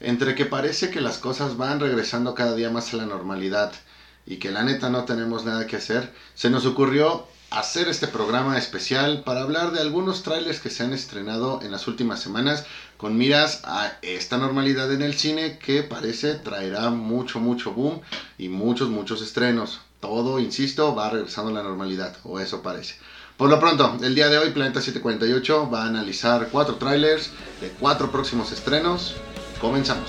Entre que parece que las cosas van regresando cada día más a la normalidad y que la neta no tenemos nada que hacer, se nos ocurrió hacer este programa especial para hablar de algunos trailers que se han estrenado en las últimas semanas con miras a esta normalidad en el cine que parece traerá mucho boom y muchos estrenos. Todo, insisto, va regresando a la normalidad, o eso parece. Por lo pronto, el día de hoy Planeta 748 va a analizar 4 trailers de 4 próximos estrenos. Comenzamos.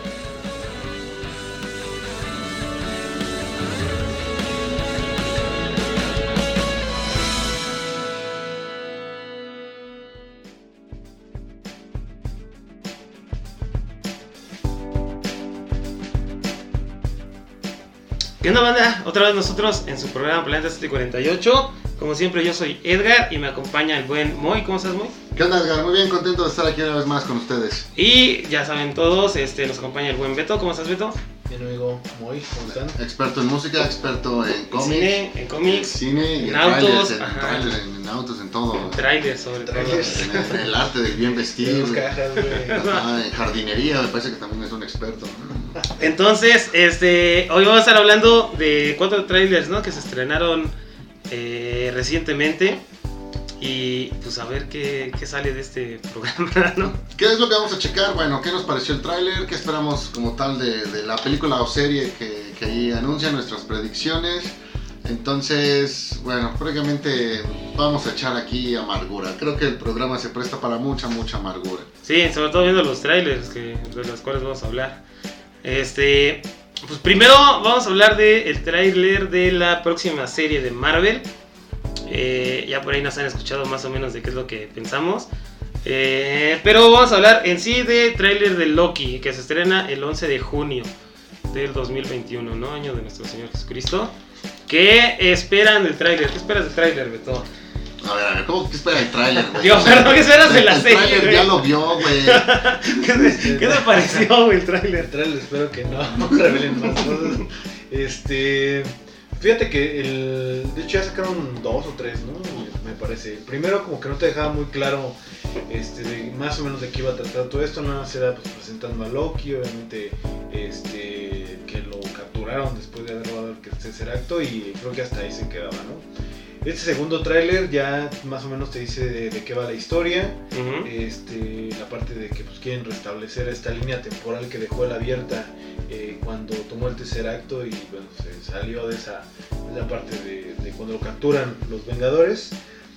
¿Qué onda, banda? Otra vez nosotros en su programa Planeta 748. Como siempre, yo soy Edgar y me acompaña el buen Moy. ¿Cómo estás, Moy? ¿Qué onda, Edgar? Muy bien, contento de estar aquí una vez más con ustedes. Y ya saben todos, nos acompaña el buen Beto. ¿Cómo estás, Beto? Mi amigo Moy, ¿cómo están? Experto en música, experto en cómics. Cine, en cómics. Cine y en autos. En autos, en todo. En trailers, sobre todo. En el arte del bien vestir. En cajas, güey. En jardinería, me parece que también es un experto, ¿no? Entonces, hoy vamos a estar hablando de 4 trailers, ¿no? Que se estrenaron recientemente. Y pues a ver qué sale de este programa, ¿no? ¿Qué es lo que vamos a checar? Bueno, ¿qué nos pareció el tráiler? ¿Qué esperamos como tal de la película o serie que ahí anuncia nuestras predicciones? Entonces, bueno, prácticamente vamos a echar aquí amargura. Creo que el programa se presta para mucha amargura. Sí, sobre todo viendo los trailers de los cuales vamos a hablar. Pues primero vamos a hablar del tráiler de la próxima serie de Marvel. Ya por ahí nos han escuchado más o menos de qué es lo que pensamos. Pero vamos a hablar en sí de tráiler de Loki, que se estrena el 11 de junio del 2021, ¿no? Año de nuestro Señor Jesucristo. ¿Qué esperan del tráiler? ¿Qué esperas del tráiler, Beto? A ver, ¿cómo que espera el tráiler, güey? Dios, perdón, ¿qué esperas de la serie, El tráiler güey? ya lo vio, güey. ¿Qué te pareció, güey, el tráiler? El trailer espero que no revelen más cosas. Fíjate que de hecho ya sacaron 2 o 3, ¿no? Me parece. Primero como que no te dejaba muy claro de más o menos de qué iba a tratar todo esto, nada más era pues presentando a Loki, obviamente que lo capturaron después de haber robado el tercer acto y creo que hasta ahí se quedaba, ¿no? Este segundo tráiler ya más o menos te dice de qué va la historia. Uh-huh. La parte de que pues, quieren restablecer esta línea temporal que dejó él abierta cuando tomó el tercer acto y bueno, se salió de esa parte de cuando lo capturan los Vengadores.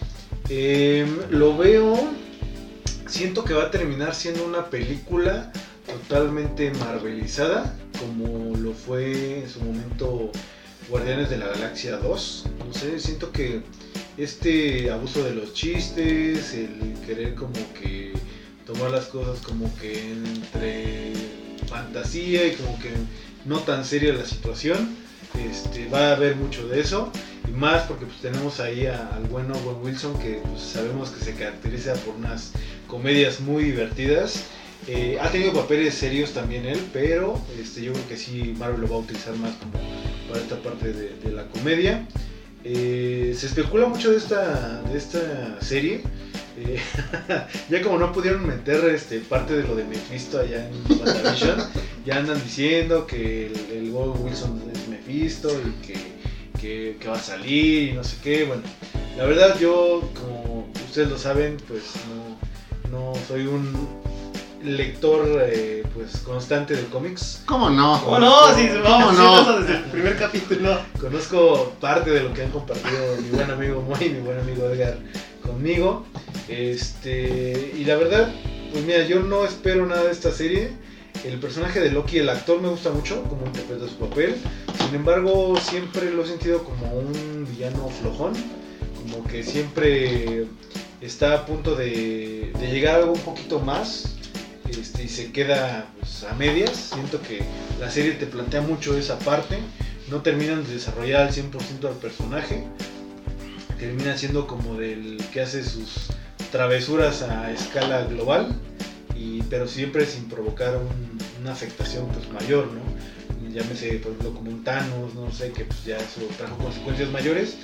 Lo veo, siento que va a terminar siendo una película totalmente marvelizada como lo fue en su momento Guardianes de la Galaxia 2, no sé, siento que este abuso de los chistes, el querer como que tomar las cosas como que entre fantasía y como que no tan seria la situación, va a haber mucho de eso, y más porque pues tenemos ahí al buen Owen Wilson que pues, sabemos que se caracteriza por unas comedias muy divertidas. Ha tenido papeles serios también él, pero yo creo que sí Marvel lo va a utilizar más como para esta parte de la comedia. Se especula mucho de esta serie. Ya como no pudieron meter parte de lo de Mephisto allá en WandaVision, ya andan diciendo que el Owen Wilson es Mephisto y que va a salir y no sé qué. Bueno, la verdad yo, como ustedes lo saben, pues no soy un lector pues constante de cómics. ¿Cómo no? ¿Cómo no? Sí, ¿Cómo no? Eso desde el primer capítulo. Conozco parte de lo que han compartido mi buen amigo Moy y mi buen amigo Edgar conmigo. Y la verdad, pues mira, yo no espero nada de esta serie. El personaje de Loki, el actor, me gusta mucho cómo interpreta su papel. Sin embargo, siempre lo he sentido como un villano flojón, como que siempre está a punto de llegar a algo un poquito más. Y se queda pues, a medias. Siento que la serie te plantea mucho esa parte. No terminan de desarrollar al 100% al personaje. Termina siendo como del que hace sus travesuras a escala global, pero siempre sin provocar una afectación pues, mayor, ¿no? Llámese por ejemplo como un Thanos, no sé, que pues, ya eso trajo consecuencias mayores.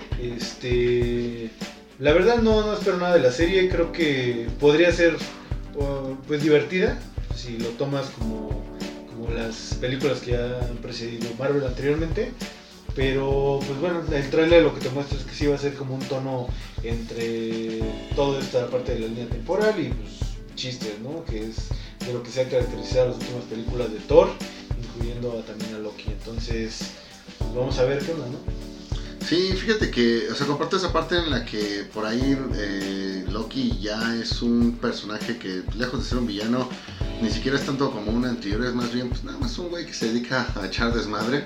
La verdad no espero nada de la serie. Creo que podría ser pues divertida, si lo tomas como las películas que ya han precedido Marvel anteriormente. Pero pues bueno, el trailer lo que te muestra es que sí va a ser como un tono entre toda esta parte de la línea temporal y pues chistes, ¿no? Que es de lo que se ha caracterizado las últimas películas de Thor, incluyendo también a Loki. Entonces, pues vamos a ver qué onda, ¿no? Sí, fíjate que, o sea, comparto esa parte en la que por ahí Loki ya es un personaje que, lejos de ser un villano, ni siquiera es tanto como un antihéroe, es más bien, pues nada más un güey que se dedica a echar desmadre.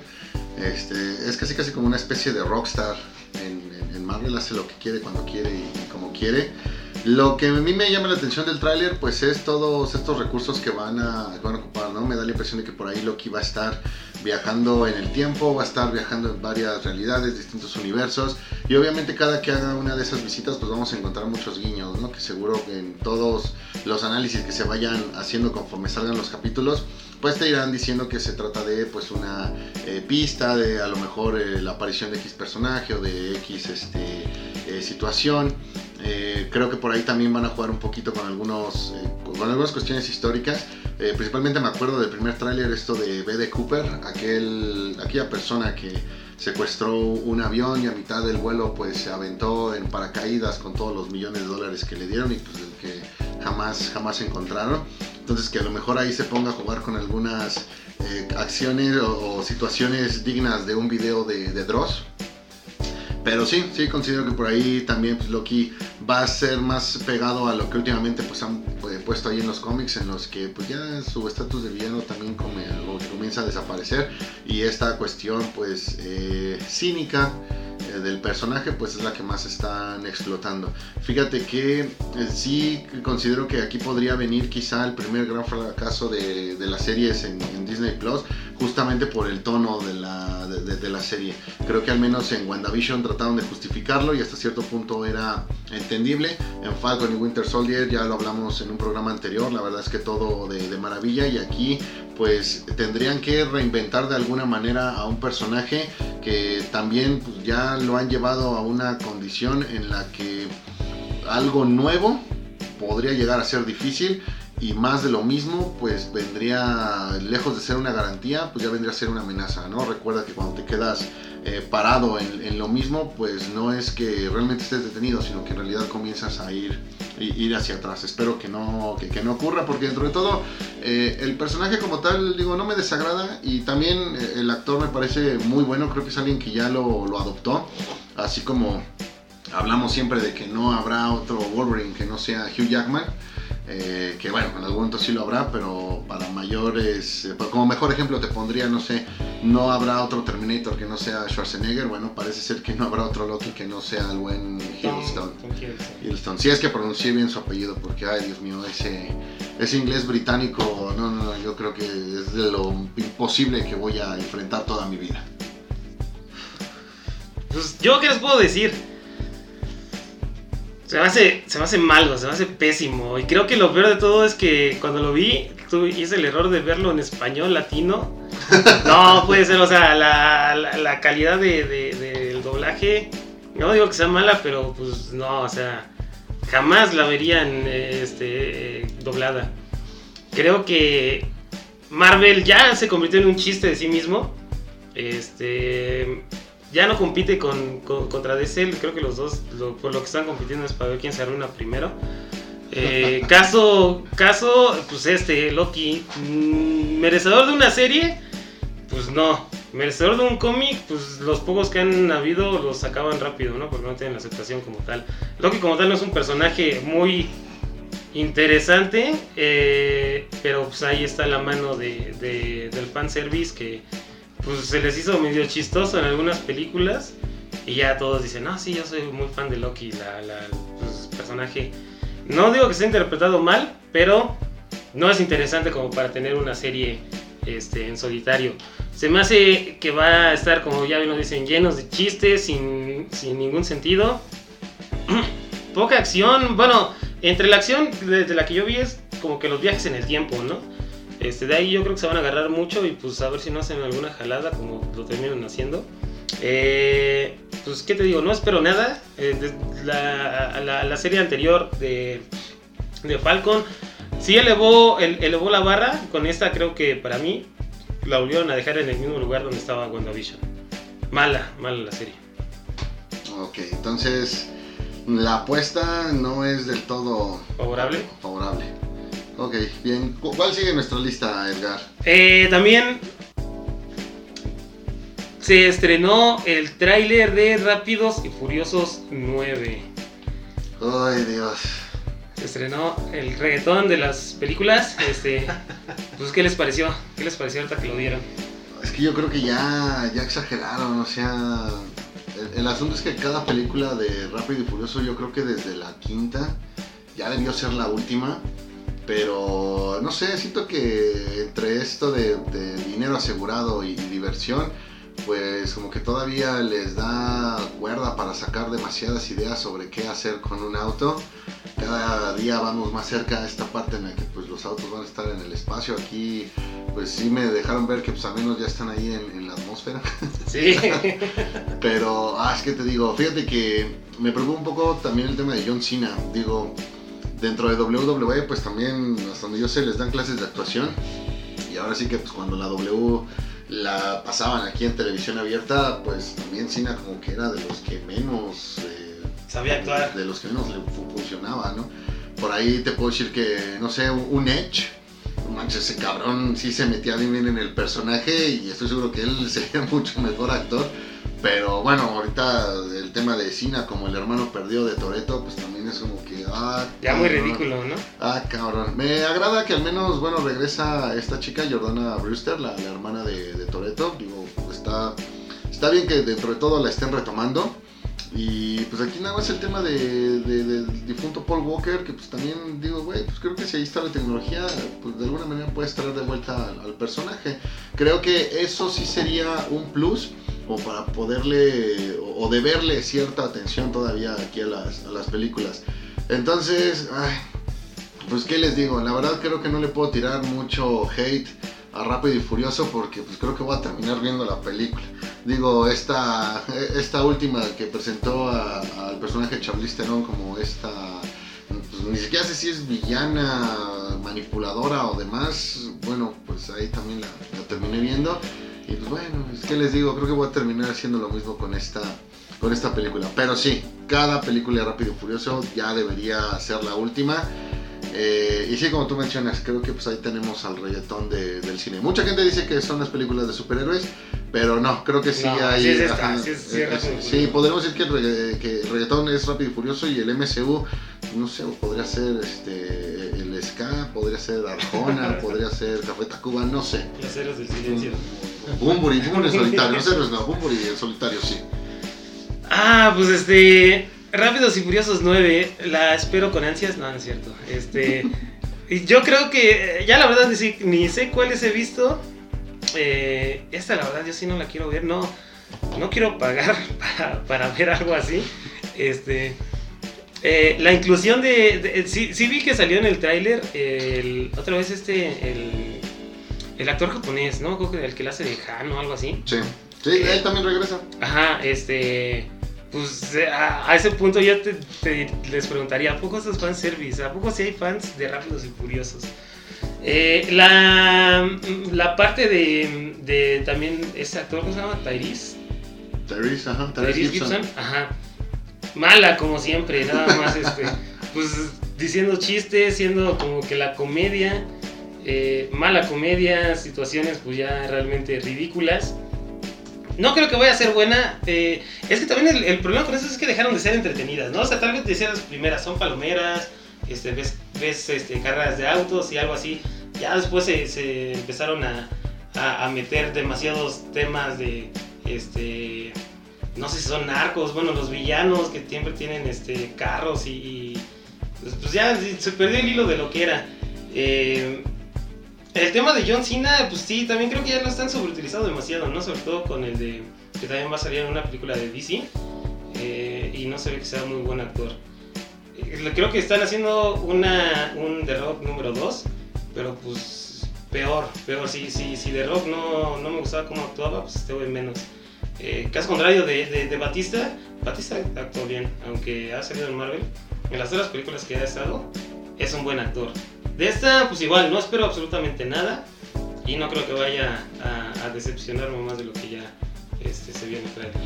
Es casi como una especie de rockstar en Marvel, hace lo que quiere, cuando quiere y como quiere. Lo que a mí me llama la atención del tráiler, pues es todos estos recursos que van a ocupar, ¿no? Me da la impresión de que por ahí Loki va a estar viajando en el tiempo, va a estar viajando en varias realidades, distintos universos, y obviamente cada que haga una de esas visitas pues vamos a encontrar muchos guiños, ¿no? Que seguro que en todos los análisis que se vayan haciendo conforme salgan los capítulos, pues te irán diciendo que se trata de pues una pista de a lo mejor la aparición de X personaje o de X situación. Creo que por ahí también van a jugar un poquito con algunas cuestiones históricas. Principalmente me acuerdo del primer tráiler, esto de B.D. Cooper, aquella persona que secuestró un avión y a mitad del vuelo pues se aventó en paracaídas con todos los millones de dólares que le dieron y pues el que jamás encontraron. Entonces que a lo mejor ahí se ponga a jugar con algunas acciones o situaciones dignas de un video de Dross. Pero sí, considero que por ahí también pues, Loki va a ser más pegado a lo que últimamente pues han puesto ahí en los cómics, en los que pues ya su estatus de villano también comienza a desaparecer, y esta cuestión pues cínica del personaje pues es la que más están explotando. Fíjate que sí considero que aquí podría venir quizá el primer gran fracaso de las series en Disney Plus, justamente por el tono de la serie. Creo que al menos en WandaVision trataron de justificarlo y hasta cierto punto era entendible. En Falcon y Winter Soldier ya lo hablamos en un programa anterior, la verdad es que todo de maravilla, y aquí pues tendrían que reinventar de alguna manera a un personaje que también pues, ya lo han llevado a una condición en la que algo nuevo podría llegar a ser difícil, y más de lo mismo pues vendría, lejos de ser una garantía, pues ya vendría a ser una amenaza, ¿no? Recuerda que cuando te quedas parado en lo mismo, pues no es que realmente estés detenido, sino que en realidad comienzas a ir hacia atrás. Espero que no ocurra, porque dentro de todo el personaje como tal, digo, no me desagrada, y también el actor me parece muy bueno. Creo que es alguien que ya lo adoptó, así como hablamos siempre de que no habrá otro Wolverine que no sea Hugh Jackman. Que bueno, en algún momento sí lo habrá, pero para mayores, como mejor ejemplo te pondría, no sé, no habrá otro Terminator que no sea Schwarzenegger. Bueno, parece ser que no habrá otro Loki que no sea el buen Hiddleston. Si es que pronuncié bien su apellido, porque ay Dios mío, ese inglés británico, no, yo creo que es de lo imposible que voy a enfrentar toda mi vida. Pues yo qué les puedo decir. Se me hace malo, se me hace pésimo. Y creo que lo peor de todo es que cuando lo vi, hice el error de verlo en español latino. No puede ser, o sea, la calidad del doblaje, no digo que sea mala, pero pues no, o sea, jamás la verían doblada. Creo que Marvel ya se convirtió en un chiste de sí mismo. Ya no compite contra DC. Creo que los dos por lo que están compitiendo es para ver quién se arruina primero. Caso pues Loki, merecedor de una serie, pues no. Merecedor de un cómic, pues los pocos que han habido los acaban rápido, ¿no? Porque no tienen la aceptación como tal. Loki como tal no es un personaje muy interesante, pero pues ahí está la mano del fanservice que pues se les hizo medio chistoso en algunas películas, y ya todos dicen, no, sí, yo soy muy fan de Loki, pues, personaje. No digo que sea interpretado mal, pero no es interesante como para tener una serie en solitario. Se me hace que va a estar, como ya bien lo dicen, llenos de chistes sin ningún sentido. Poca acción. Bueno, entre la acción de la que yo vi es como que los viajes en el tiempo, ¿no? De ahí yo creo que se van a agarrar mucho y pues a ver si no hacen alguna jalada como lo terminan haciendo. Pues qué te digo, no espero nada. La serie anterior de Falcon sí elevó la barra. Con esta creo que para mí la volvieron a dejar en el mismo lugar donde estaba WandaVision. Mala la serie. Ok, entonces la apuesta no es del todo ¿Favorable? Favorable. Ok, bien. ¿Cuál sigue en nuestra lista, Edgar? También se estrenó el tráiler de Rápidos y Furiosos 9. Ay, Dios. Se estrenó el reggaetón de las películas. Pues, ¿qué les pareció? ¿Qué les pareció ahorita que lo vieron? Es que yo creo que ya exageraron, o sea, el asunto es que cada película de Rápido y Furioso, yo creo que desde la quinta ya debió ser la última, pero no sé, siento que entre esto de dinero asegurado y diversión, pues como que todavía les da cuerda para sacar demasiadas ideas sobre qué hacer con un auto. Cada día vamos más cerca a esta parte en la que pues los autos van a estar en el espacio. Aquí pues sí me dejaron ver que pues al menos ya están ahí en la atmósfera. Sí. Pero es que te digo, fíjate que me preocupa un poco también el tema de John Cena. Digo, dentro de WWE pues también, hasta donde yo sé, les dan clases de actuación. Y ahora sí que pues cuando la W la pasaban aquí en televisión abierta, pues también Cena como que era de los que menos sabía actuar, de los que menos le funcionaba, ¿no? Por ahí te puedo decir que, no sé, un Edge, manches, ese cabrón sí se metía bien en el personaje y estoy seguro que él sería mucho mejor actor. Pero bueno, ahorita el tema de Cena como el hermano perdido de Toretto, pues también es como que... ya muy ridículo, ¿no? Cabrón. Me agrada que al menos, bueno, regresa esta chica, Jordana Brewster, la hermana de Toretto. Digo, está bien que dentro de todo la estén retomando. Y pues aquí nada más el tema del difunto Paul Walker, que pues también digo, güey, pues creo que si ahí está la tecnología, pues de alguna manera puedes traer de vuelta al personaje. Creo que eso sí sería un plus, o para poderle, o deberle cierta atención todavía aquí a las películas. Entonces, pues qué les digo, la verdad creo que no le puedo tirar mucho hate a Rápido y Furioso porque pues creo que voy a terminar viendo la película. Digo, esta última que presentó al personaje de Charlize Theron como esta, pues ni siquiera sé si es villana, manipuladora o demás. Bueno, pues ahí también la terminé viendo. Y pues bueno, ¿qué les digo? Creo que voy a terminar haciendo lo mismo con esta película. Pero sí, cada película de Rápido y Furioso ya debería ser la última. Y sí, como tú mencionas, creo que pues ahí tenemos al reggaetón del cine. Mucha gente dice que son las películas de superhéroes, pero no, creo que sí hay... Sí, podemos decir que el reggaetón es Rápido y Furioso y el MCU, no sé, podría ser el Ska, podría ser Arjona, podría ser Café Tacuba, no sé. Los héroes del silencio. Bumburi solitario, los héroes no, Bumburi el solitario, sí. Pues Rápidos y Furiosos 9, la espero con ansias, no es cierto. Y yo creo que ya la verdad ni sé cuáles he visto. Esta la verdad yo sí no la quiero ver, no quiero pagar para ver algo así. La inclusión sí vi que salió en el tráiler otra vez el actor japonés, ¿no? Creo que el que la hace de Han o algo así. Sí, él también regresa. Ajá, pues a ese punto yo les preguntaría, ¿a poco esos fanservice? ¿A poco sí hay fans de Rápidos y Furiosos? La parte de también ese actor, ¿cómo se llama? Tyrese Gibson. Ajá. Mala como siempre, nada más pues diciendo chistes, siendo como que la comedia, mala comedia, situaciones pues ya realmente ridículas. No creo que vaya a ser buena. Es que también el problema con eso es que dejaron de ser entretenidas, ¿no? O sea, tal vez decían las primeras son palomeras, ves carreras de autos y algo así. Ya después se empezaron a meter demasiados temas de no sé si son narcos, bueno, los villanos que siempre tienen carros y pues ya se perdió el hilo de lo que era. El tema de John Cena, pues sí, también creo que ya lo están sobreutilizando demasiado, ¿no? Sobre todo con el de que también va a salir en una película de DC y no se ve que sea muy buen actor. Creo que están haciendo un The Rock número 2, pero pues peor. Si The Rock no me gustaba cómo actuaba, pues este güey menos. Caso contrario de Batista actuó bien, aunque ha salido en Marvel. En las otras películas que ha estado, es un buen actor. De esta, pues igual, no espero absolutamente nada. Y no creo que vaya a decepcionarme más de lo que ya se vio en el trailer.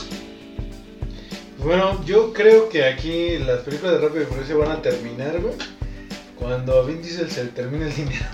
Bueno, yo creo que aquí las películas de Rápido y Furioso van a terminar, güey, cuando a Vin Diesel se le termine el dinero.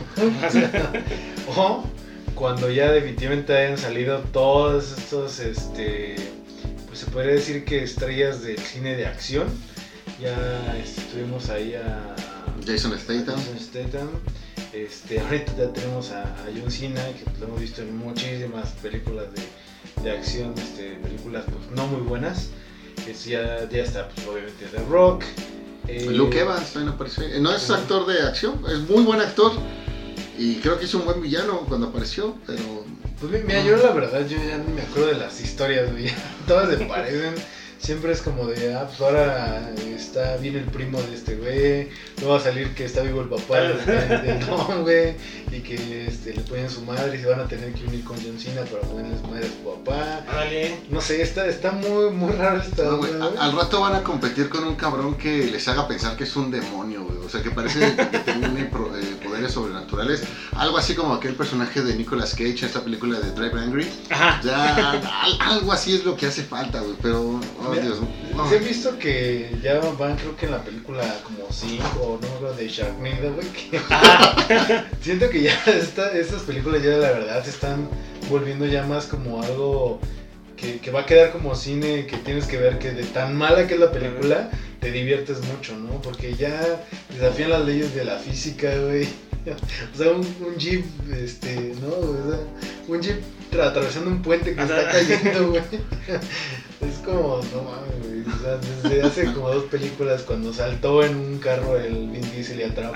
O cuando ya definitivamente hayan salido todos estos, pues se podría decir que estrellas del cine de acción. Ya tuvimos ahí a Jason Statham. Ahorita ya tenemos a John Cena, que lo hemos visto en muchísimas películas de acción, películas pues no muy buenas. Ya está, pues obviamente The Rock. Luke Evans también apareció. No es actor de acción, es muy buen actor. Y creo que hizo un buen villano cuando apareció, pero... Pues mira, yo la verdad, yo ya no me acuerdo de las historias, güey. Todas se parecen. Siempre es como de, pues ahora está bien el primo de este güey, luego va a salir que está vivo el papá del Don, güey, y que le ponen su madre y se van a tener que unir con John Cena para ponerle su madre a su papá. Vale. No sé, está muy, muy raro esta no, güey. Al rato van a competir con un cabrón que les haga pensar que es un demonio, güey. O sea, que parece que tiene poderes sobrenaturales. Algo así como aquel personaje de Nicolas Cage en esta película de Drive Angry. Ajá. Ya, algo así es lo que hace falta, güey, pero... Mira, Dios. ¿sí he visto que ya van, creo que en la película como 5 o no, de Sharknado, güey? Siento que ya estas películas ya la verdad se están volviendo ya más como algo que va a quedar como cine, que tienes que ver que de tan mala que es la película, te diviertes mucho, ¿no? Porque ya desafían las leyes de la física, güey. O sea, un jeep, ¿no? O sea, un jeep atravesando un puente que está cayendo, güey. Es como, no mames, güey. O sea, desde hace como 2 películas, cuando saltó en un carro el Vin Diesel y atrapó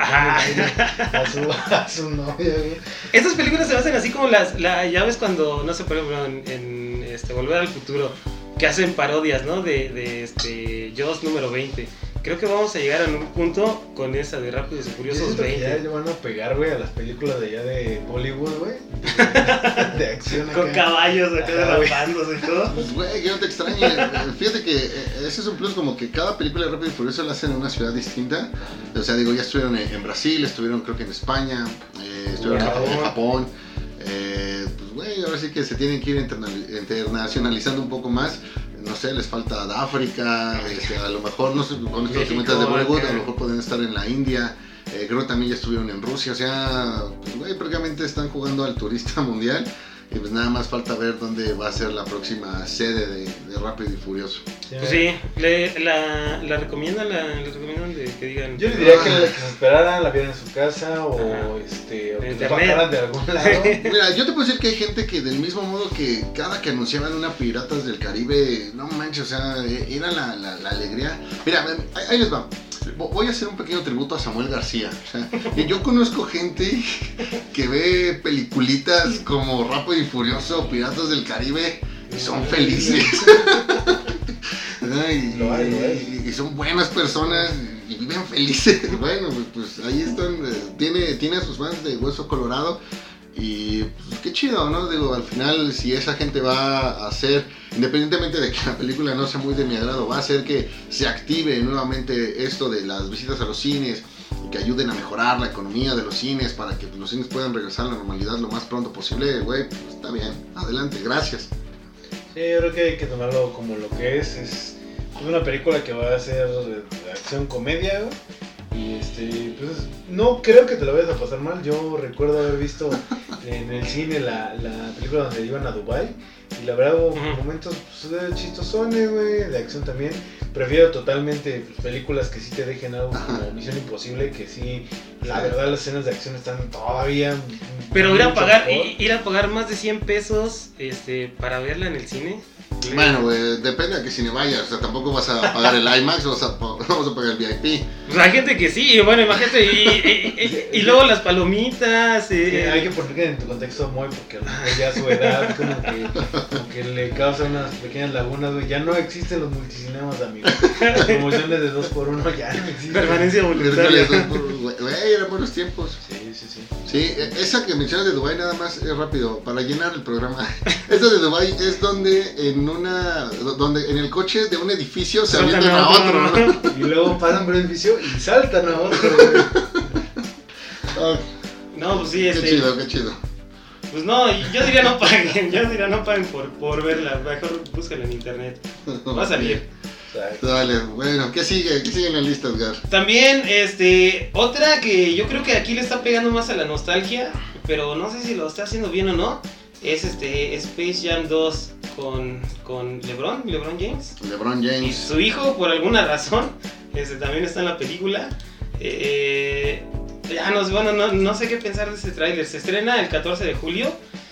a su novia, güey. Estas películas se hacen así como ya ves cuando, no sé, por ejemplo, en Volver al Futuro, que hacen parodias, ¿no? De Jaws número 20. Creo que vamos a llegar a un punto con esa de Rápidos y Furiosos 20. Ya le van a pegar, güey, a las películas de allá de Bollywood, güey. De acción acá. Con caballos acá derrapándose y todo. Pues, güey, que no te extrañe. Fíjate que ese es un plus, como que cada película de Rápido y Furioso la hacen en una ciudad distinta. O sea, digo, ya estuvieron en Brasil, estuvieron creo que en España, estuvieron en Japón. Pues, güey, ahora sí que se tienen que ir internacionalizando un poco más. No sé, les falta África, a lo mejor, no sé, con estos documentales de Bollywood, a lo mejor pueden estar en la India, creo que también ya estuvieron en Rusia, o sea, pues, güey, prácticamente están jugando al turista mundial. Y pues nada más falta ver dónde va a ser la próxima sede de Rápido y Furioso. Pues sí, la recomiendan, de que digan... Yo le diría que se esperaran, la vieran en su casa o o que se bajaran de algún lado. Mira, yo te puedo decir que hay gente que del mismo modo que cada que anunciaban una Piratas del Caribe, no manches, o sea, era la alegría. Mira, ahí les va. Voy a hacer un pequeño tributo a Samuel García. O sea, yo conozco gente que ve peliculitas como Rápido y Furioso, Piratas del Caribe, y son felices. Y son buenas personas y viven felices. Bueno, pues ahí están. Tiene a sus fans de Hueso Colorado. Y pues qué chido, ¿no? Digo, al final, si esa gente va a hacer, independientemente de que la película no sea muy de mi agrado, va a hacer que se active nuevamente esto de las visitas a los cines y que ayuden a mejorar la economía de los cines para que los cines puedan regresar a la normalidad lo más pronto posible, güey, pues está bien, adelante, gracias. Sí, yo creo que hay que tomarlo como lo que es una película que va a ser de acción comedia, güey. Y pues no creo que te lo vayas a pasar mal. Yo recuerdo haber visto en el cine la película donde iban a Dubai. Y la verdad hubo momentos pues, chistosones, güey, de acción también. Prefiero totalmente películas que sí te dejen algo como Misión Imposible, que sí, la verdad las escenas de acción están todavía... Pero ir a pagar más de 100 pesos para verla en el cine. Bueno, güey, depende a qué cine vayas, o sea, tampoco vas a pagar el IMAX, vamos a pagar el VIP. Pues hay gente que sí, bueno, imagínate, y luego las palomitas. Sí, hay que poner en tu contexto muy, porque ya a su edad como que le causa unas pequeñas lagunas, güey. Ya no existen los multicinemas, amigos. Las promociones de 2x1 ya no existen. Permanencia voluntaria. Güey, eran buenos tiempos. Sí, esa que mencionas de Dubái nada más es rápido, para llenar el programa. Esta de Dubái es donde en el coche de un edificio se avientan a otro, ¿no? Y luego pasan por el edificio y saltan a otro, güey. Ah, No, pues sí, qué chido. Pues no, yo diría no paguen por verla, mejor búscala en internet. Va a salir. Dale, bueno, ¿qué sigue en la lista, Edgar? También, otra que yo creo que aquí le está pegando más a la nostalgia, pero no sé si lo está haciendo bien o no, es Space Jam 2 con LeBron James. LeBron James. Y su hijo, por alguna razón, también está en la película. No sé qué pensar de ese tráiler. Se estrena el 14 de julio.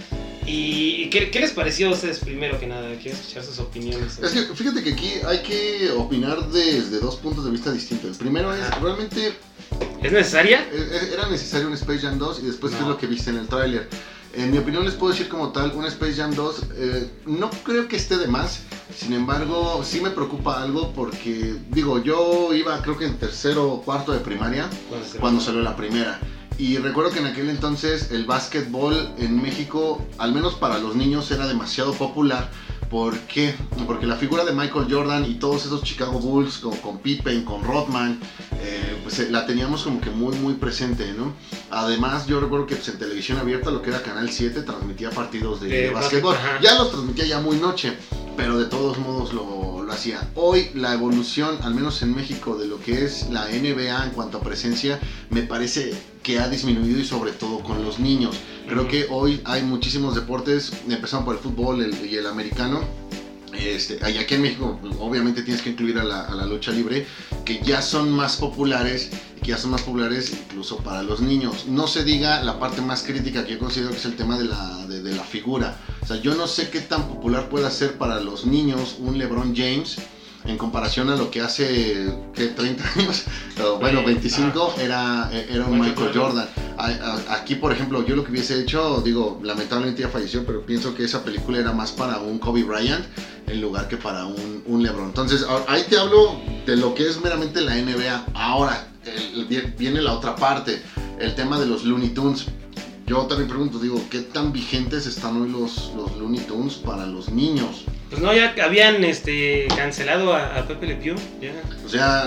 ¿Y qué les pareció a ustedes primero que nada? Quiero escuchar sus opiniones. Es que fíjate que aquí hay que opinar desde dos puntos de vista distintos. El primero es, ¿realmente ¿es necesaria? Era necesario un Space Jam 2 y después qué es lo que viste en el tráiler. En mi opinión les puedo decir como tal, un Space Jam 2 no creo que esté de más. Sin embargo, sí me preocupa algo porque, digo, yo iba creo que en tercero o cuarto de primaria cuando salió la primera. Y recuerdo que en aquel entonces el básquetbol en México, al menos para los niños, era demasiado popular. ¿Por qué? Porque la figura de Michael Jordan y todos esos Chicago Bulls con Pippen, con Rodman, pues la teníamos como que muy muy presente, ¿no? Además yo recuerdo que pues, en televisión abierta, lo que era Canal 7, transmitía partidos de básquetbol. Ya los transmitía ya muy noche, pero de todos modos lo hacía. Hoy la evolución, al menos en México, de lo que es la NBA en cuanto a presencia, me parece que ha disminuido y sobre todo con los niños. Creo que hoy hay muchísimos deportes, empezando por el fútbol y el americano. Y aquí en México obviamente tienes que incluir a la lucha libre, que ya son más populares y que ya son más populares incluso para los niños. No se diga la parte más crítica que yo considero que es el tema de la figura. O sea, yo no sé qué tan popular pueda ser para los niños un LeBron James en comparación a lo que hace, ¿qué? 30 años, bueno, 25, era un Michael Jordan. Aquí, por ejemplo, yo lo que hubiese hecho, digo, lamentablemente ya falleció, pero pienso que esa película era más para un Kobe Bryant en lugar que para un LeBron. Entonces, ahí te hablo de lo que es meramente la NBA. Ahora, viene la otra parte, el tema de los Looney Tunes. Yo también pregunto, digo, ¿qué tan vigentes están hoy los Looney Tunes para los niños? Pues no, ya habían cancelado a Pepe Le Pew. Ya. O sea,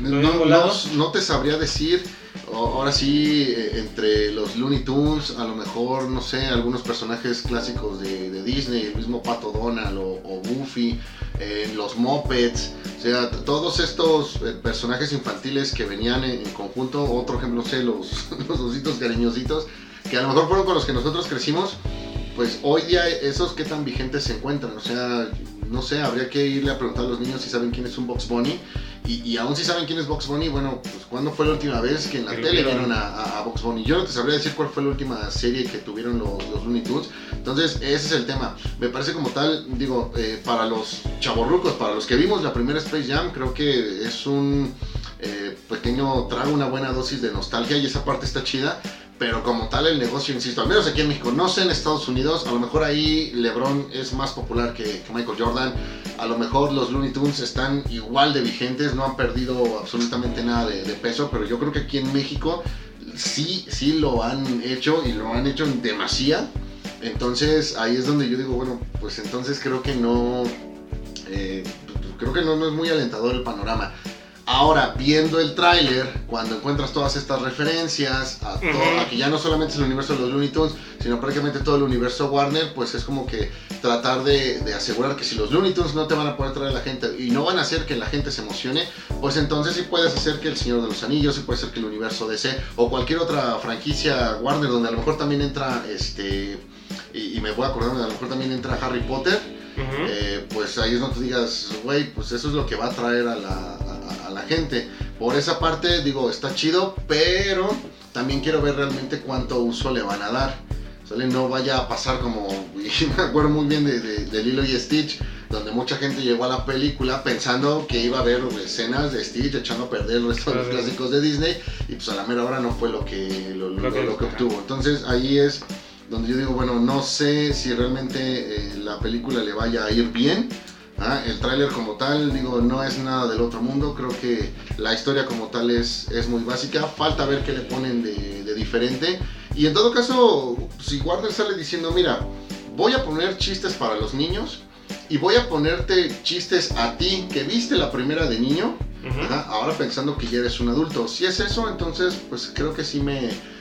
no te sabría decir. Ahora sí, entre los Looney Tunes, a lo mejor, no sé, algunos personajes clásicos de Disney, el mismo Pato Donald o Goofy, los Muppets, o sea, todos estos personajes infantiles que venían en conjunto. Otro ejemplo, no sé, los ositos cariñositos, que a lo mejor fueron con los que nosotros crecimos. Pues hoy día esos qué tan vigentes se encuentran, o sea, no sé, habría que irle a preguntar a los niños si saben quién es un Bugs Bunny, y aún si saben quién es Bugs Bunny, bueno, pues ¿cuándo fue la última vez que en la tele vieron a Bugs Bunny? Yo no te sabría decir cuál fue la última serie que tuvieron los Looney Tunes. Entonces ese es el tema, me parece como tal, digo, para los chavorrucos, para los que vimos la primera Space Jam, creo que es un pequeño trago, una buena dosis de nostalgia, y esa parte está chida. Pero como tal el negocio, insisto, al menos aquí en México, no sé en Estados Unidos, a lo mejor ahí LeBron es más popular que Michael Jordan, a lo mejor los Looney Tunes están igual de vigentes, no han perdido absolutamente nada de peso, pero yo creo que aquí en México sí lo han hecho, y lo han hecho en demasía. Entonces ahí es donde yo digo, bueno, pues entonces creo que no es muy alentador el panorama. Ahora, viendo el tráiler, cuando encuentras todas estas referencias a que ya no solamente es el universo de los Looney Tunes, sino prácticamente todo el universo Warner, pues es como que tratar de asegurar que si los Looney Tunes no te van a poder traer a la gente y no van a hacer que la gente se emocione, pues entonces sí puedes hacer que El Señor de los Anillos, sí puede ser que el universo DC o cualquier otra franquicia Warner, donde a lo mejor también entra y me voy acordando, a lo mejor también entra Harry Potter. Pues ahí es donde tú digas, güey, pues eso es lo que va a traer a la gente. Por esa parte, digo, está chido, pero también quiero ver realmente cuánto uso le van a dar. ¿Sale? No vaya a pasar como, y me acuerdo muy bien de Lilo y Stitch, donde mucha gente llegó a la película pensando que iba a haber escenas de Stitch echando a perder el resto de los clásicos de Disney, y pues a la mera hora no fue lo que obtuvo. Entonces ahí es donde yo digo, bueno, no sé si realmente la película le vaya a ir bien. El tráiler como tal, digo, no es nada del otro mundo. Creo que la historia como tal es muy básica. Falta ver qué le ponen de diferente. Y en todo caso, si Warner sale diciendo, mira, voy a poner chistes para los niños y voy a ponerte chistes a ti que viste la primera de niño, ahora pensando que ya eres un adulto. Si es eso, entonces pues creo que sí me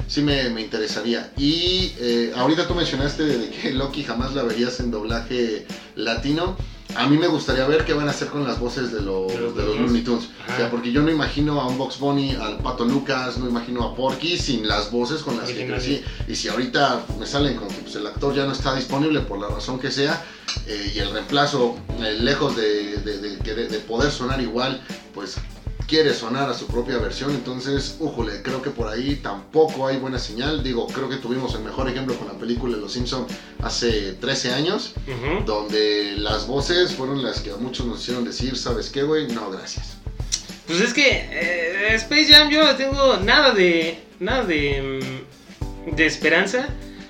sí me interesaría. Y ahorita tú mencionaste de que Loki jamás la verías en doblaje latino. A mí me gustaría ver qué van a hacer con las voces de los Looney Tunes. O sea, porque yo no imagino a un Bugs Bunny, al Pato Lucas, no imagino a Porky sin las voces con las que crecí. Y si ahorita me salen con que pues, el actor ya no está disponible por la razón que sea, y el reemplazo, lejos de poder sonar igual, pues quiere sonar a su propia versión, entonces, újole, creo que por ahí tampoco hay buena señal. Digo, creo que tuvimos el mejor ejemplo con la película de Los Simpson hace 13 años, donde las voces fueron las que a muchos nos hicieron decir, ¿sabes qué, güey? No, gracias. Pues es que Space Jam yo no tengo nada de esperanza.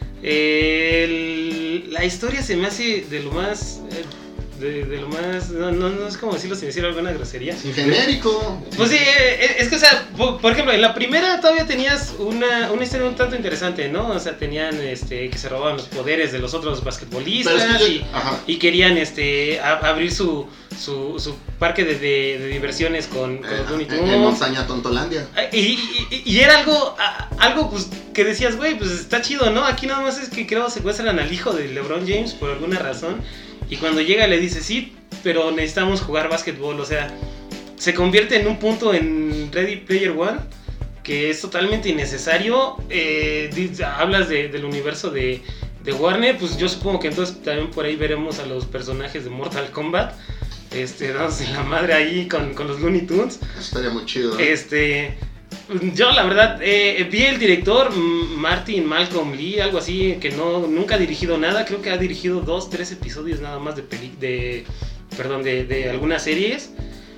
La historia se me hace de lo más... De lo más, no es como decirlo sin decir alguna grosería. Sí, genérico. Pues sí, es que, o sea, por ejemplo, en la primera todavía tenías una historia un tanto interesante, ¿no? O sea, tenían que se robaban los poderes de los otros basquetbolistas y querían abrir su parque de diversiones con los Looney Tunes. En Montaña Tontolandia. Y era algo pues que decías, güey, pues está chido, ¿no? Aquí nada más es que creo secuestran al hijo de LeBron James por alguna razón. Y cuando llega le dice, sí, pero necesitamos jugar básquetbol. O sea, se convierte en un punto en Ready Player One que es totalmente innecesario. Hablas del universo de Warner, pues yo supongo que entonces también por ahí veremos a los personajes de Mortal Kombat dándose la madre ahí con los Looney Tunes. Estaría muy chido, ¿no? Yo la verdad vi el director Martin Malcolm Lee, algo así, que nunca ha dirigido nada. Creo que ha dirigido 2-3 episodios nada más de algunas series.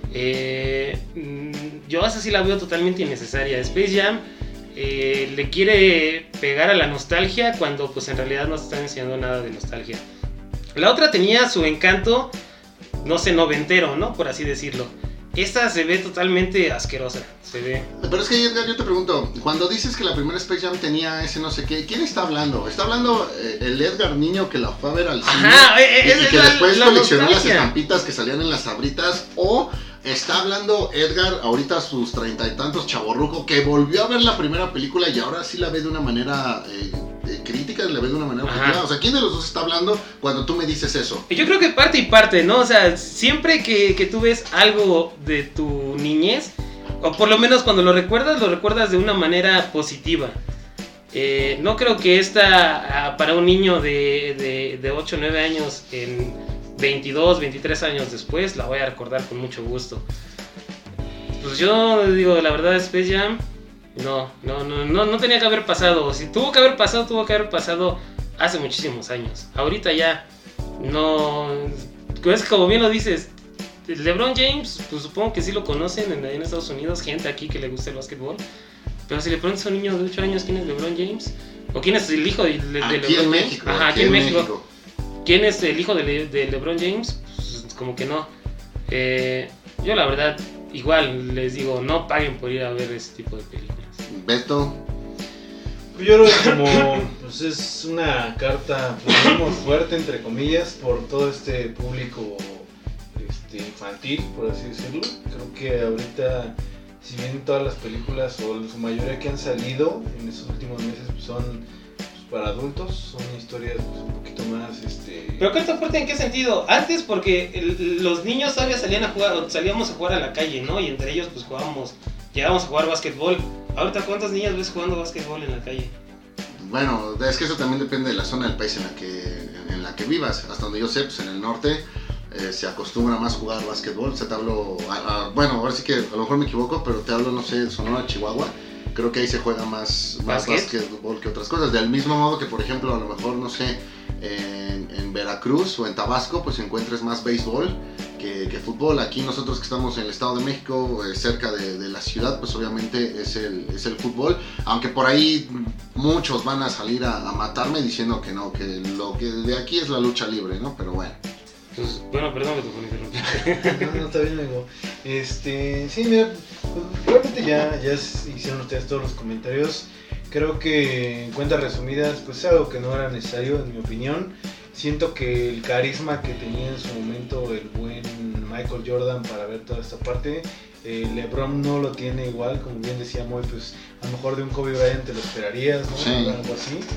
Yo esa sí la veo totalmente innecesaria. Space Jam le quiere pegar a la nostalgia cuando pues en realidad no se está enseñando nada de nostalgia. La otra tenía su encanto, no sé, noventero, ¿no? Por así decirlo. Esta se ve totalmente asquerosa, se ve. Pero es que Edgar, yo te pregunto, cuando dices que la primera Space Jam tenía ese no sé qué, ¿quién está hablando? ¿Está hablando el Edgar niño que la fue a ver al cine? Y que después coleccionó las estampitas que salían en las sabritas, o está hablando Edgar, ahorita a sus 30 y tantos, chavorruco, que volvió a ver la primera película y ahora sí la ve de una manera crítica, la ve de una manera objetiva? O sea, ¿quién de los dos está hablando cuando tú me dices eso? Yo creo que parte y parte, ¿no? O sea, siempre que tú ves algo de tu niñez, o por lo menos cuando lo recuerdas de una manera positiva. No creo que esta, para un niño de 8 o 9 años, en 22, 23 años después, la voy a recordar con mucho gusto. Pues yo digo, la verdad, Space Jam, no tenía que haber pasado. Si tuvo que haber pasado hace muchísimos años. Ahorita ya no. Es como bien lo dices, LeBron James, pues supongo que sí lo conocen en Estados Unidos, gente aquí que le gusta el básquetbol. Pero si le preguntas a un niño de 8 años quién es LeBron James, o quién es el hijo de LeBron James, aquí en México. ¿Quién es el hijo de LeBron James? Pues como que no. Yo la verdad, igual les digo, no paguen por ir a ver ese tipo de películas. Beto. Yo creo que como pues es una carta pues, fuerte entre comillas por todo este público infantil, por así decirlo. Creo que ahorita, si bien todas las películas o su mayoría que han salido en estos últimos meses pues, son para adultos, son historias pues, un poquito más ¿Pero carta fuerte en qué sentido? Antes porque los niños todavía salíamos a jugar a la calle, ¿no? Y entre ellos pues llegábamos a jugar básquetbol. Ahorita, ¿cuántos niños ves jugando básquetbol en la calle? Bueno, es que eso también depende de la zona del país en la que vivas. Hasta donde yo sé, pues en el norte se acostumbra más jugar básquetbol. Te hablo, bueno, ahora sí que a lo mejor me equivoco, pero te hablo, no sé, Sonora, Chihuahua. Creo que ahí se juega más básquetbol que otras cosas. Del mismo modo que, por ejemplo, a lo mejor, no sé, en Veracruz o en Tabasco, pues encuentres más béisbol que fútbol. Aquí nosotros que estamos en el Estado de México, cerca de la ciudad, pues obviamente es el fútbol. Aunque por ahí muchos van a salir a matarme diciendo que no, que lo que de aquí es la lucha libre, ¿no? Pero bueno. Pues, bueno, perdón que te interrumpí. No, está bien, amigo. Sí, mira, pues, realmente ya hicieron ustedes todos los comentarios. Creo que en cuentas resumidas, pues es algo que no era necesario, en mi opinión. Siento que el carisma que tenía en su momento el buen Michael Jordan para ver toda esta parte LeBron no lo tiene igual, como bien decía Moy, pues a lo mejor de un Kobe Bryant te lo esperarías, ¿no? Sí. Algo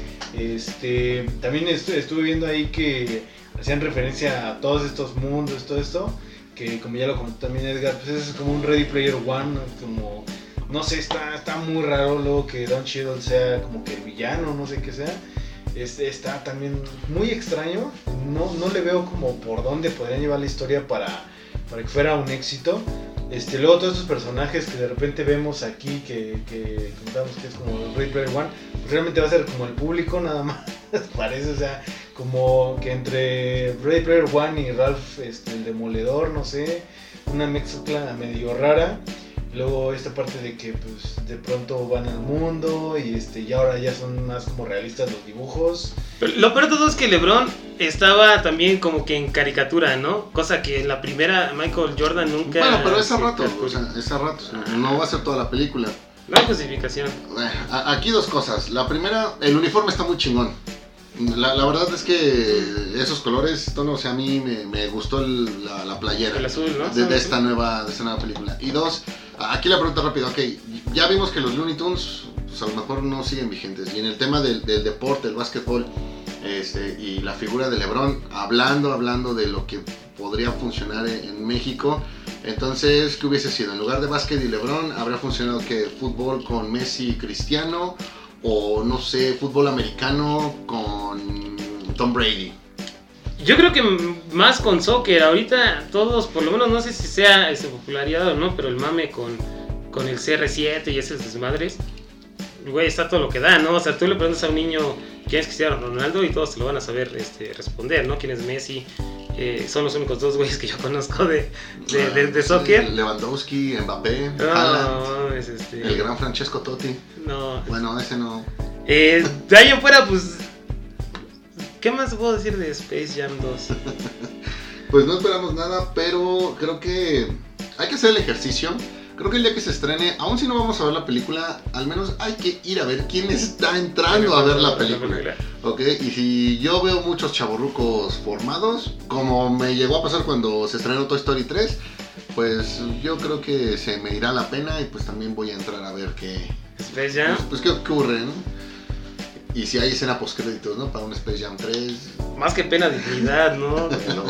así. También estuve viendo ahí que hacían referencia a todos estos mundos, todo esto, que como ya lo comentó también Edgar, pues es como un Ready Player One, ¿no? Como, no sé, está muy raro luego que Don Cheadle sea como que el villano, no sé qué sea. Está también muy extraño, no le veo como por dónde podrían llevar la historia para que fuera un éxito. Luego todos estos personajes que de repente vemos aquí que contamos que es como Ready Player One, pues realmente va a ser como el público nada más, parece, o sea, como que entre Ready Player One y Ralph el Demoledor, no sé, una mezcla medio rara. Luego esta parte de que pues de pronto van al mundo y ahora ya son más como realistas los dibujos. Pero lo peor de todo es que LeBron estaba también como que en caricatura, ¿no? Cosa que en la primera Michael Jordan nunca... Bueno, pero es a rato, no va a ser toda la película. No hay justificación. Aquí dos cosas. La primera, el uniforme está muy chingón. La verdad es que esos colores, o sea, a mí me gustó la playera. El azul, ¿no? De esta nueva película. Y dos, aquí la pregunta rápida, ok, ya vimos que los Looney Tunes, pues a lo mejor no siguen vigentes. Y en el tema del deporte, el básquetbol, y la figura de LeBron, hablando de lo que podría funcionar en México. Entonces, ¿qué hubiese sido? En lugar de básquet y LeBron, ¿habría funcionado que fútbol con Messi y Cristiano? O no sé, fútbol americano con Tom Brady. Yo creo que más con soccer. Ahorita todos, por lo menos no sé si sea popularidad o no, pero el mame con el CR7 y esos desmadres, güey, está todo lo que da, ¿no? O sea, tú le preguntas a un niño quién es Cristiano Ronaldo y todos te lo van a saber responder, ¿no? ¿Quién es Messi? Son los únicos dos güeyes que yo conozco de soccer. Lewandowski, Mbappé, No, Haaland, el gran Francesco Totti. No. Bueno, ese no. De ahí en fuera, pues, ¿qué más puedo decir de Space Jam 2? Pues no esperamos nada, pero creo que hay que hacer el ejercicio. Creo que el día que se estrene, aun si no vamos a ver la película, al menos hay que ir a ver quién está entrando a ver la película. Ok, y si yo veo muchos chavorrucos formados, como me llegó a pasar cuando se estrenó Toy Story 3, pues yo creo que se me irá la pena y pues también voy a entrar a ver qué... ¿Space Jam? Pues qué ocurre, ¿no? Y si hay escena postcréditos, ¿no? Para un Space Jam 3. Más que pena, dignidad, ¿no?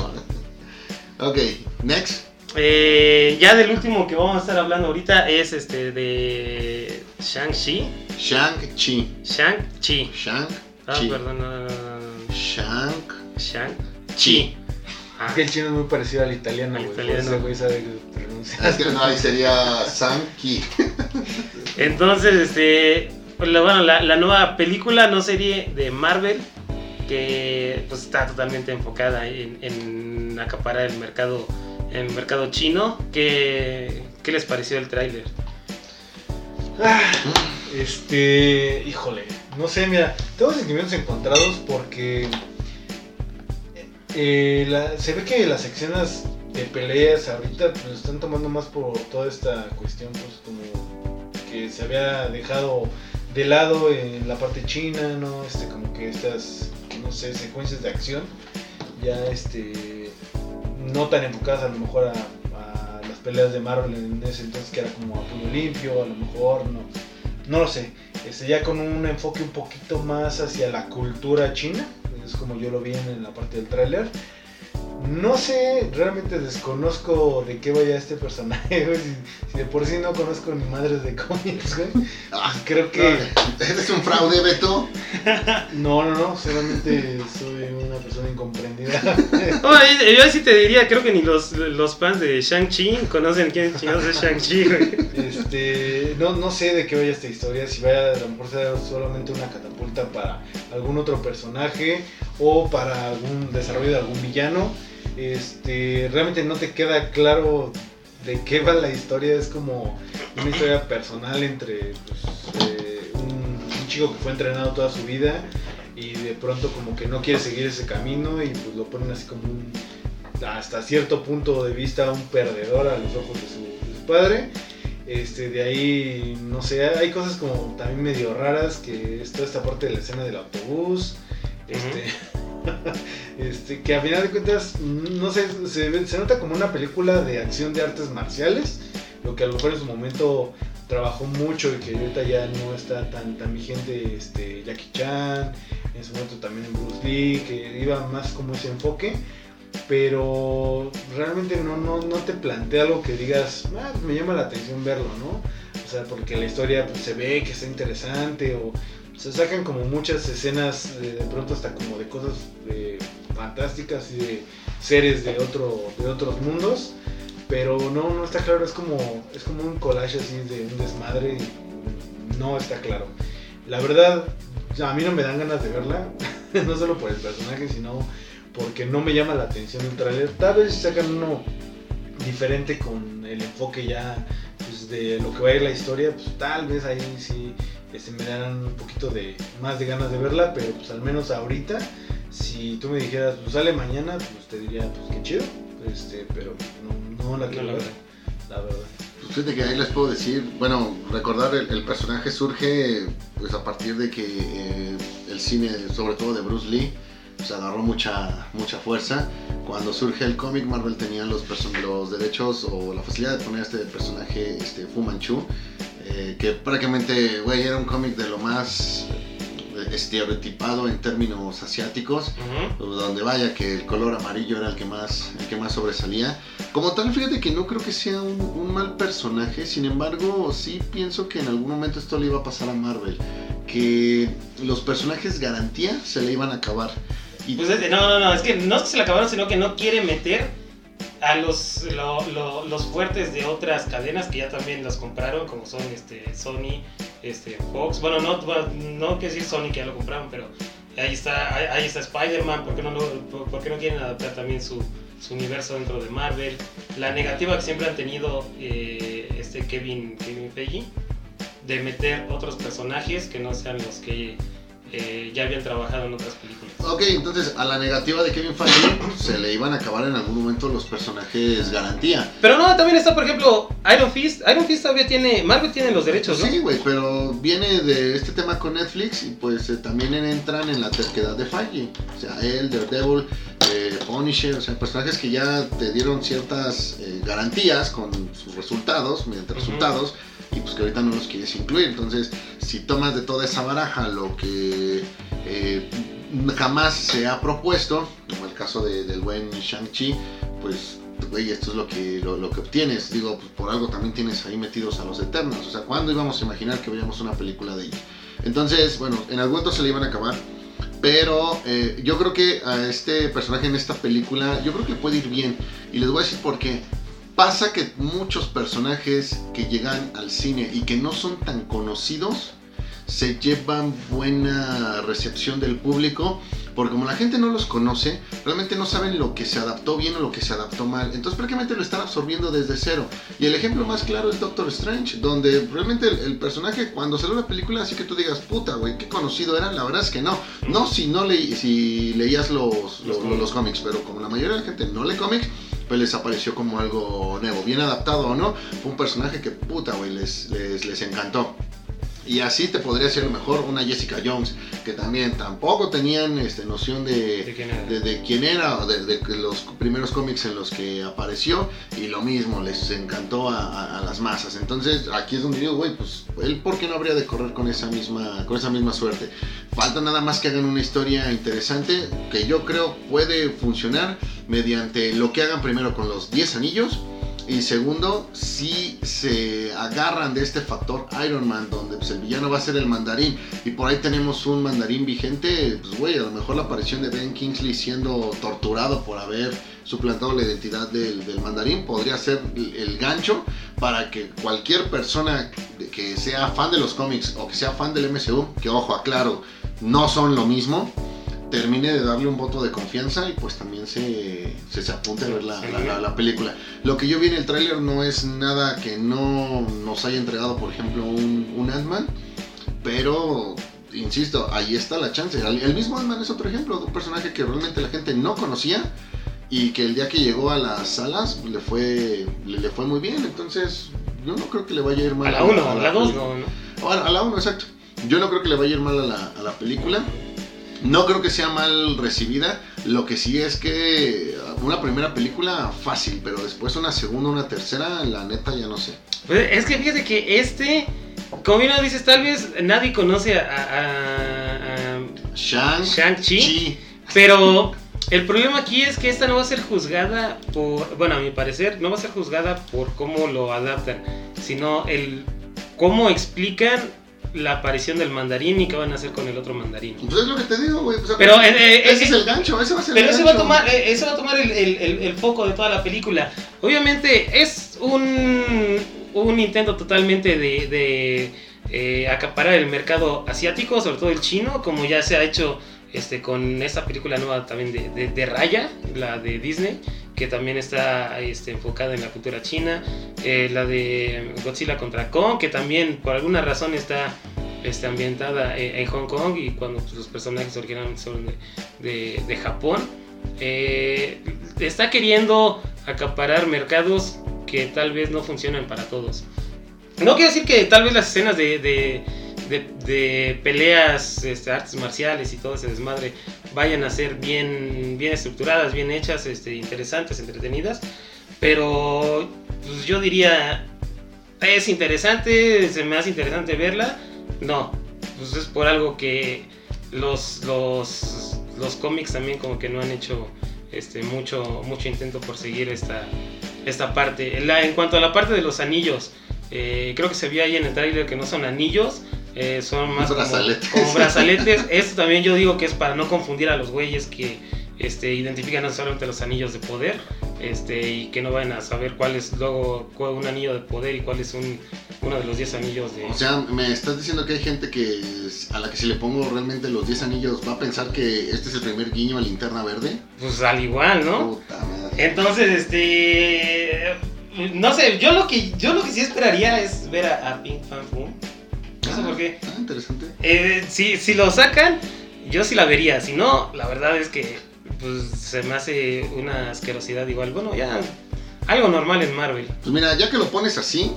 Ok, next. Ya del último que vamos a estar hablando ahorita es de Shang-Chi. Shang-Chi. Shang-Chi. Shang-Chi. Perdón, no. Shang-Chi. Es que el chino es muy parecido al italiano, güey. Ese güey sabe pronunciar. Es que no, ahí sería Shang-Chi. Entonces, la nueva película, no serie de Marvel, que pues está totalmente enfocada en acaparar el mercado chino. ¿Qué les pareció el tráiler? Híjole, no sé, mira, tengo sentimientos encontrados porque se ve que las escenas de peleas ahorita pues están tomando más por toda esta cuestión, pues como que se había dejado de lado en la parte china, ¿no? Como que estas, no sé, secuencias de acción ya no tan enfocadas a lo mejor a las peleas de Marvel en ese entonces, que era como a puño limpio, a lo mejor, no lo sé, ya con un enfoque un poquito más hacia la cultura china, es como yo lo vi en la parte del tráiler. No sé, realmente desconozco de qué vaya este personaje, güey. Si de por sí no conozco ni madres de cómics, güey. Creo que... ¿Eres un fraude, Beto? No, solamente soy una persona incomprendida. Yo sí te diría, creo que ni los fans de Shang-Chi conocen quién chingados es Shang-Chi, güey. No sé de qué vaya esta historia, si vaya a lo mejor ser solamente una catapulta para algún otro personaje o para algún desarrollo de algún villano. Realmente no te queda claro de qué va la historia. Es como una historia personal entre un chico que fue entrenado toda su vida y de pronto como que no quiere seguir ese camino y pues lo ponen así como hasta cierto punto de vista un perdedor a los ojos de su padre. De ahí, no sé, hay cosas como también medio raras, que es toda esta parte de la escena del autobús, que a final de cuentas, no sé, se nota como una película de acción de artes marciales, lo que a lo mejor en su momento trabajó mucho y que ahorita ya no está tan vigente, Jackie Chan, en su momento también Bruce Lee, que iba más como ese enfoque, pero realmente no te plantea algo que digas, me llama la atención verlo, ¿no? O sea, porque la historia pues, se ve que está interesante, o se sacan como muchas escenas de pronto hasta como de cosas fantásticas y de seres de otros mundos, pero no está claro, es como un collage así de un desmadre y no está claro. La verdad, a mí no me dan ganas de verla, no solo por el personaje, sino porque no me llama la atención el tráiler. Tal vez sacan uno diferente con el enfoque ya pues, de lo que va a ir la historia, pues tal vez ahí sí me dan un poquito más de ganas de verla, pero pues al menos ahorita, si tú me dijeras, pues sale mañana, pues te diría, pues qué chido, pero no la quiero ver, la verdad. Pues fíjate que ahí les puedo decir, bueno, recordar el personaje surge pues a partir de que el cine, sobre todo de Bruce Lee, pues agarró mucha fuerza. Cuando surge el cómic, Marvel tenía los derechos o la facilidad de poner este personaje, Fu Manchu, que prácticamente, güey, era un cómic de lo más estereotipado en términos asiáticos, donde vaya que el color amarillo era el que más sobresalía. Como tal, fíjate que no creo que sea un mal personaje, sin embargo, sí pienso que en algún momento esto le iba a pasar a Marvel, que los personajes garantía se le iban a acabar. Y pues no, es que no es que se le acabaron, sino que no quiere meter a los fuertes de otras cadenas que ya también los compraron, como son Sony, Fox. Bueno, no quiero decir Sony que ya lo compraron, pero ahí está Spider-Man. ¿Por qué no quieren adaptar también su universo dentro de Marvel? La negativa que siempre han tenido Kevin Feige de meter otros personajes que no sean los que ya habían trabajado en otras películas. Ok, entonces a la negativa de Kevin Feige se le iban a acabar en algún momento los personajes garantía. Pero no, también está, por ejemplo, Iron Fist. Iron Fist todavía Marvel tiene los derechos, ¿no? Sí, güey, pero viene de este tema con Netflix y pues también entran en la terquedad de Feige. O sea, él, Daredevil, Punisher, o sea, personajes que ya te dieron ciertas garantías con sus resultados, mediante resultados, y pues que ahorita no los quieres incluir. Entonces, si tomas de toda esa baraja lo que jamás se ha propuesto, como el caso del buen Shang-Chi, pues güey, esto es lo que obtienes. Digo, pues por algo también tienes ahí metidos a los Eternals. O sea, ¿cuándo íbamos a imaginar que veíamos una película de ellos? Entonces, bueno, en algún momento se le iban a acabar. Pero yo creo que a este personaje en esta película, yo creo que le puede ir bien. Y les voy a decir por qué. Pasa que muchos personajes que llegan al cine y que no son tan conocidos se llevan buena recepción del público, porque como la gente no los conoce, realmente no saben lo que se adaptó bien o lo que se adaptó mal, entonces prácticamente lo están absorbiendo desde cero. Y el ejemplo más claro es Doctor Strange, donde realmente el personaje, cuando salió la película, así que tú digas, puta güey, qué conocido era, la verdad es que no si leías los cómics, pero como la mayoría de la gente no lee cómics, pues les apareció como algo nuevo, bien adaptado o no, fue un personaje que puta güey, les encantó. Y así te podría ser a lo mejor una Jessica Jones, que también tampoco tenían noción de quién era, o de los primeros cómics en los que apareció, y lo mismo, les encantó a las masas. Entonces aquí es donde digo, güey, pues él por qué no habría de correr con esa misma suerte. Falta nada más que hagan una historia interesante, que yo creo puede funcionar mediante lo que hagan primero con los 10 anillos. Y segundo, si se agarran de este factor Iron Man, donde pues, el villano va a ser el mandarín, y por ahí tenemos un mandarín vigente, pues güey, a lo mejor la aparición de Ben Kingsley siendo torturado por haber suplantado la identidad del mandarín podría ser el gancho para que cualquier persona que sea fan de los cómics o que sea fan del MCU, que ojo, aclaro, no son lo mismo, termine de darle un voto de confianza y pues también se apunte a ver la película. Lo que yo vi en el tráiler no es nada que no nos haya entregado, por ejemplo, un Ant-Man, pero insisto, ahí está la chance. El mismo Ant-Man es otro ejemplo de un personaje que realmente la gente no conocía y que el día que llegó a las salas le fue muy bien. Entonces yo no creo que le vaya a ir mal a la 1, a la 2 no. Bueno, a la 1, exacto. Yo no creo que le vaya a ir mal a la película. No creo que sea mal recibida. Lo que sí es que una primera película fácil, pero después una segunda, una tercera, la neta ya no sé. Pues es que fíjate que como bien lo dices, tal vez nadie conoce a Shang-Chi, pero el problema aquí es que esta no va a ser juzgada a mi parecer, no va a ser juzgada por cómo lo adaptan, sino cómo explican la aparición del mandarín y qué van a hacer con el otro mandarín. Pues es lo que te digo, güey. Pues, pero ese es el gancho, ese va a ser pero el ese gancho. va a tomar el foco de toda la película. Obviamente es un intento totalmente de acaparar el mercado asiático, sobre todo el chino, como ya se ha hecho con esta película nueva también de Raya, la de Disney, que también está enfocada en la cultura china, la de Godzilla contra Kong, que también por alguna razón está ambientada en Hong Kong y cuando pues, los personajes originalmente son de Japón. Está queriendo acaparar mercados que tal vez no funcionan para todos. No quiero decir que tal vez las escenas de peleas, artes marciales y todo ese desmadre vayan a ser bien estructuradas, bien hechas, interesantes, entretenidas, pero pues, yo diría, es interesante, se me hace interesante verla. No, pues es por algo que los cómics también como que no han hecho mucho intento por seguir esta parte. En cuanto a la parte de los anillos, creo que se vio ahí en el tráiler que no son anillos, son más como brazaletes. Esto también yo digo que es para no confundir a los güeyes que identifican no solamente los anillos de poder, y que no vayan a saber cuál es luego un anillo de poder y cuál es uno de los 10 anillos de... O sea, me estás diciendo que hay gente a la que si le pongo realmente los 10 anillos va a pensar que este es el primer guiño a Linterna Verde. Pues al igual, ¿no? Puta madre. Entonces, no sé, yo lo que sí esperaría es ver a Pink Fan Boom. No sé por qué. Interesante. Si lo sacan, yo sí la vería. Si no, la verdad es que pues, se me hace una asquerosidad igual. Bueno, ya algo normal en Marvel. Pues mira, ya que lo pones así,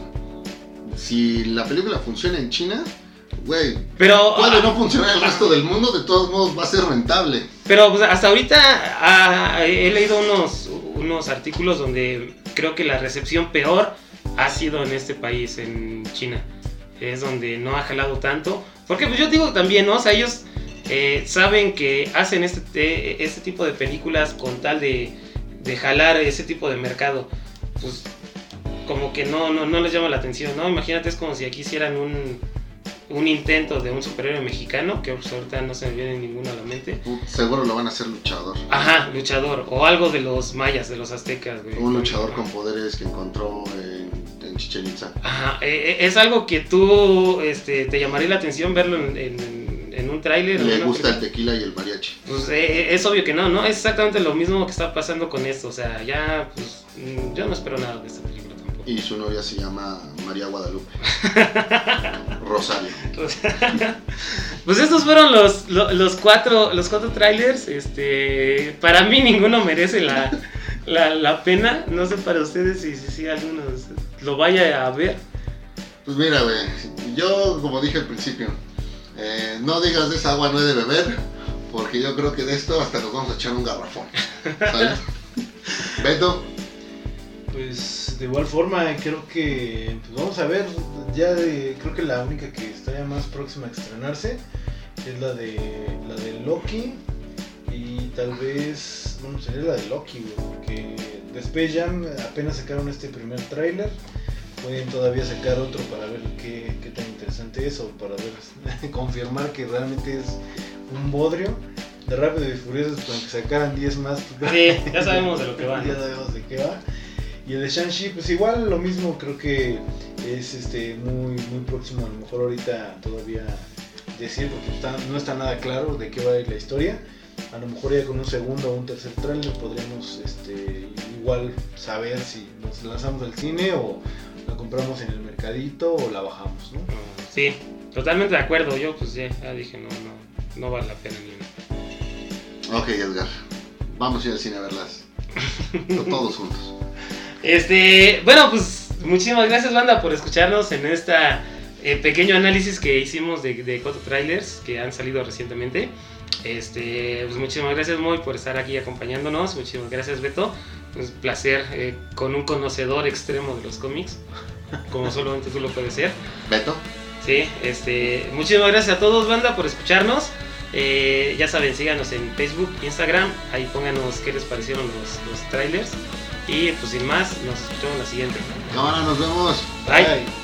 si la película funciona en China, güey, puede no funcionar en el resto del mundo, de todos modos va a ser rentable. Pero pues, hasta ahorita he leído unos artículos donde creo que la recepción peor ha sido en este país, en China. Es donde no ha jalado tanto. Porque pues yo digo también, ¿no? O sea, ellos saben que hacen este tipo de películas con tal de jalar ese tipo de mercado. Pues como que no les llama la atención, ¿no? Imagínate, es como si aquí hicieran un intento de un superhéroe mexicano, que pues, ahorita no se me viene ninguno a la mente. Seguro lo van a hacer luchador. Ajá, luchador. O algo de los mayas, de los aztecas, güey. Un luchador con poderes que encontró en Chichén Itzá. Ajá, es algo que tú te llamaría la atención verlo en un tráiler. Le gusta el tequila y el mariachi. Pues es obvio que no, es exactamente lo mismo que está pasando con esto. O sea, ya, pues, yo no espero nada de esta película tampoco. Y su novia se llama María Guadalupe. Rosario. Pues estos fueron los cuatro trailers. Para mí ninguno merece la pena. No sé para ustedes si alguno lo vaya a ver. Pues mira, güey, yo como dije al principio, no digas de esa agua no he de beber, porque yo creo que de esto hasta nos vamos a echar un garrafón. ¿Sabes? Beto. Pues de igual forma creo que pues vamos a ver, creo que la única que está ya más próxima a estrenarse es la de Loki, y tal vez, bueno, sería la de Loki, porque de Space Jam apenas sacaron este primer tráiler, pueden todavía sacar otro para ver qué tan interesante es, o para ver confirmar que realmente es un bodrio. De Rápido y Furioso, pues aunque sacaran 10 más, pues, sí, ya sabemos de lo que va. Ya sabemos de qué va. Y el de Shang-Chi, pues igual lo mismo, creo que es muy próximo, a lo mejor ahorita todavía decir, porque no está nada claro de qué va a ir la historia. A lo mejor ya con un segundo o un tercer trailer podríamos igual saber si nos lanzamos al cine o la compramos en el mercadito o la bajamos, ¿no? Sí, totalmente de acuerdo. Yo pues ya dije, no vale la pena ni una. Ok, Edgar, vamos a ir al cine a verlas todos juntos. Bueno, pues muchísimas gracias, banda, por escucharnos en esta pequeño análisis que hicimos de 4 trailers que han salido recientemente. Pues muchísimas gracias Moy por estar aquí acompañándonos, muchísimas gracias Beto, es un placer con un conocedor extremo de los cómics, como solamente tú lo puedes ser. Beto. Sí, muchísimas gracias a todos banda por escucharnos, ya saben, síganos en Facebook, Instagram, ahí pónganos qué les parecieron los trailers y pues sin más, nos escuchamos en la siguiente. Ahora nos vemos. Bye. Bye.